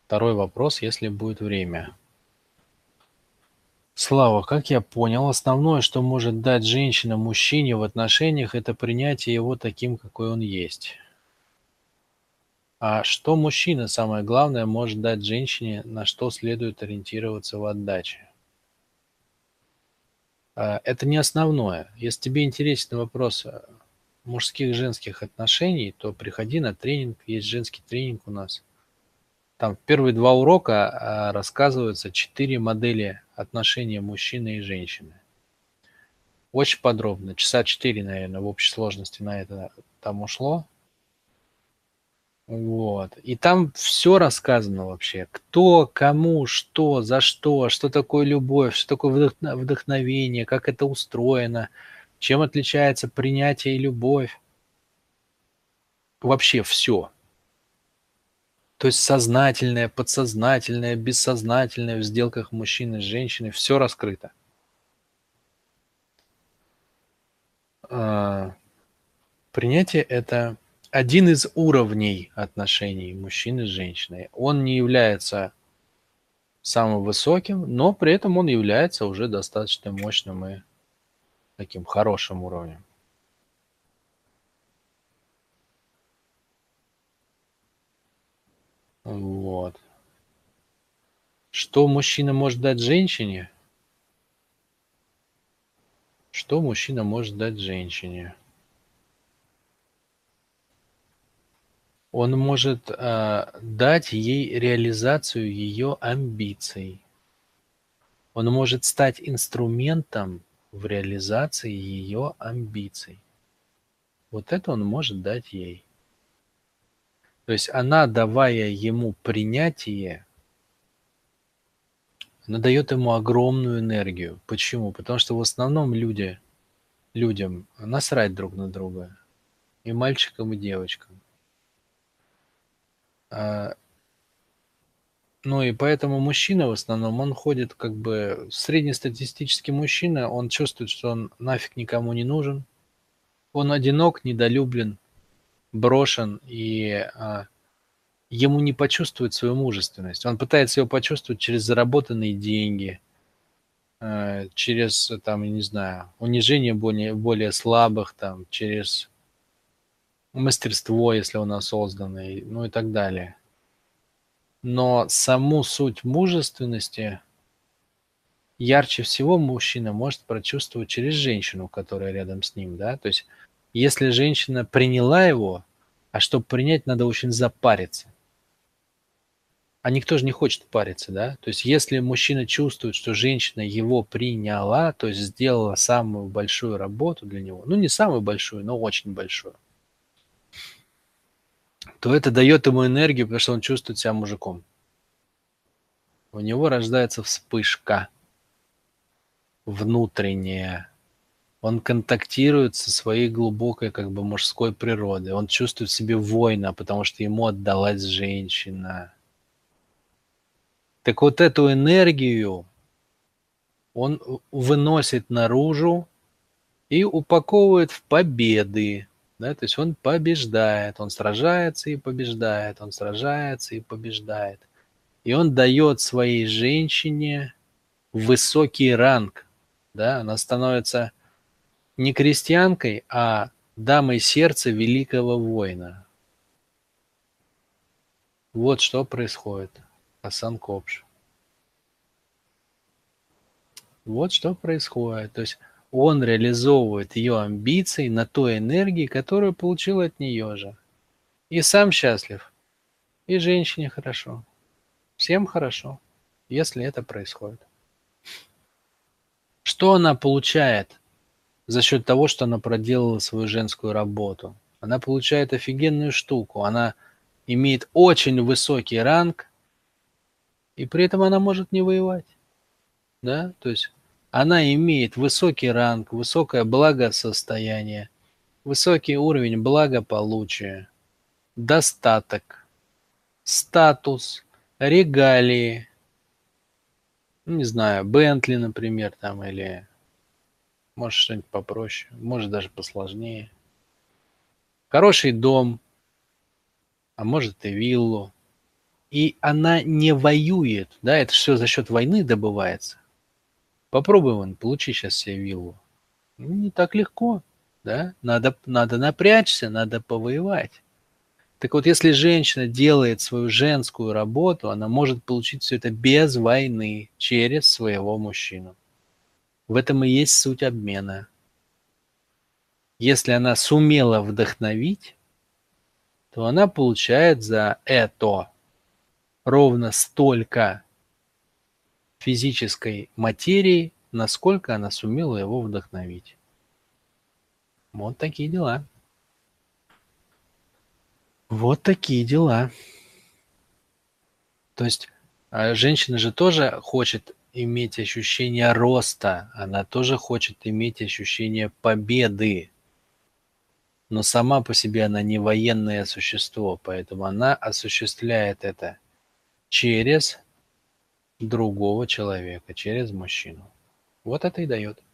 Второй вопрос, если будет время. Слава, как я понял, основное, что может дать женщина мужчине в отношениях, это принятие его таким, какой он есть. А что мужчина, самое главное, может дать женщине, на что следует ориентироваться в отдаче? Это не основное. Если тебе интересен вопрос мужских женских отношений, то приходи на тренинг. Есть женский тренинг у нас. Там в первые 2 урока рассказываются 4 модели отношения мужчины и женщины. Очень подробно. Часа 4, наверное, в общей сложности на это там ушло. Вот. И там все рассказано вообще: кто, кому, что такое любовь, что такое вдохновение, как это устроено, чем отличается принятие и любовь. Вообще все. То есть сознательное, подсознательное, бессознательное в сделках мужчины с женщиной — все раскрыто. А, Принятие — это один из уровней отношений мужчины с женщиной. Он не является самым высоким, но при этом он является уже достаточно мощным и таким хорошим уровнем. Вот. Что мужчина может дать женщине? Что мужчина может дать женщине? Он может дать ей реализацию ее амбиций. Он может стать инструментом в реализации ее амбиций. Вот это он может дать ей. То есть она, давая ему принятие, она дает ему огромную энергию. Почему? Потому что в основном людям насрать друг на друга. И мальчикам, и девочкам. А, ну и поэтому мужчина в основном, он ходит как бы... Среднестатистический мужчина, он чувствует, что он нафиг никому не нужен. Он одинок, недолюблен, брошен, и ему не почувствовать свою мужественность. Он пытается ее почувствовать через заработанные деньги, через, там, я не знаю, унижение более слабых, там, через мастерство, если он осознанный, ну и так далее. Но саму суть мужественности ярче всего мужчина может прочувствовать через женщину, которая рядом с ним, да. То есть если женщина приняла его, а чтобы принять, надо очень запариться. А никто же не хочет париться, да. То есть если мужчина чувствует, что женщина его приняла, то есть сделала самую большую работу для него, ну, не самую большую, но очень большую, то это дает ему энергию, потому что он чувствует себя мужиком. У него рождается вспышка внутренняя. Он контактирует со своей глубокой как бы мужской природой. Он чувствует в себе воина, потому что ему отдалась женщина. Так вот эту энергию он выносит наружу и упаковывает в победы. Да, то есть он побеждает, он сражается и побеждает, он сражается и побеждает. И он дает своей женщине высокий ранг. Да, она становится не крестьянкой, а дамой сердца великого воина. Вот что происходит. Асан Копш. Вот что происходит. То есть он реализовывает ее амбиции на той энергии, которую получил от нее же. И сам счастлив, и женщине хорошо. Всем хорошо, если это происходит. Что она получает за счет того, что она проделала свою женскую работу? Она получает офигенную штуку. Она имеет очень высокий ранг, и при этом она может не воевать. Да? То есть она имеет высокий ранг, высокое благосостояние, высокий уровень благополучия, достаток, статус, регалии, ну, не знаю, Бентли, например, там, или может что-нибудь попроще, может даже посложнее. Хороший дом, а может и виллу. и она не воюет, да, это все за счет войны добывается. Попробуй вон, получи сейчас себе виллу. Ну, не так легко, да, надо напрячься, надо повоевать. Так вот, если женщина делает свою женскую работу, она может получить все это без войны, через своего мужчину. В этом и есть суть обмена. Если она сумела вдохновить, то она получает за это ровно столько физической материи, насколько она сумела его вдохновить. Вот такие дела. Вот такие дела. То есть женщина же тоже хочет иметь ощущение роста, она тоже хочет иметь ощущение победы, но сама по себе она не военное существо, поэтому она осуществляет это через другого человека, через мужчину. Вот это и дает.